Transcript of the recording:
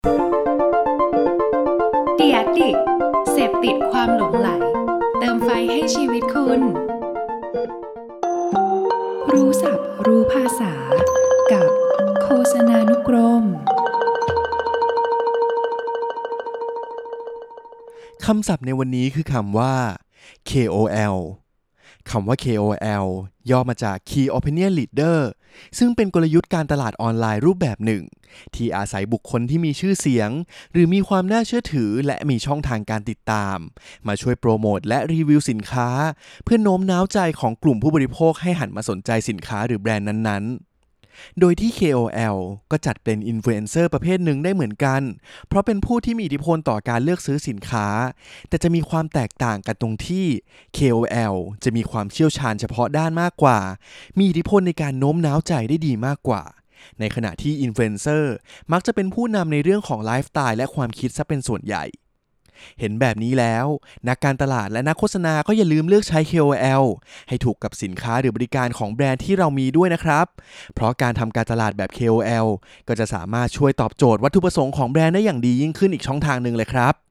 The Addict เสพติดความหลงใหลเติมไฟให้ชีวิตคุณรู้ศัพท์รู้ภาษากับโฆษณานุกรมคำศัพท์ในวันนี้คือคำว่า KOL คำว่า KOL ย่อมาจาก Key Opinion Leader ซึ่งเป็นกลยุทธ์การตลาดออนไลน์รูปแบบหนึ่งที่อาศัยบุคคลที่มีชื่อเสียงหรือมีความน่าเชื่อถือและมีช่องทางการติดตามมาช่วยโปรโมทและรีวิวสินค้าเพื่อโน้มน้าวใจของกลุ่มผู้บริโภคให้หันมาสนใจสินค้าหรือแบรนด์นั้นๆโดยที่ KOL ก็จัดเป็นอินฟลูเอนเซอร์ประเภทหนึ่งได้เหมือนกันเพราะเป็นผู้ที่มีอิทธิพลต่อการเลือกซื้อสินค้าแต่จะมีความแตกต่างกันตรงที่ KOL จะมีความเชี่ยวชาญเฉพาะด้านมากกว่ามีอิทธิพลในการโน้มน้าวใจได้ดีมากกว่าในขณะที่อินฟลูเอนเซอร์มักจะเป็นผู้นำในเรื่องของไลฟ์สไตล์และความคิดซะเป็นส่วนใหญ่เห็นแบบนี้แล้วนักการตลาดและนักโฆษณาก็อย่าลืมเลือกใช้ KOL ให้ถูกกับสินค้าหรือบริการของแบรนด์ที่เรามีด้วยนะครับเพราะการทำการตลาดแบบ KOL ก็จะสามารถช่วยตอบโจทย์วัตถุประสงค์ของแบรนด์ได้อย่างดียิ่งขึ้นอีกช่องทางหนึ่งเลยครับ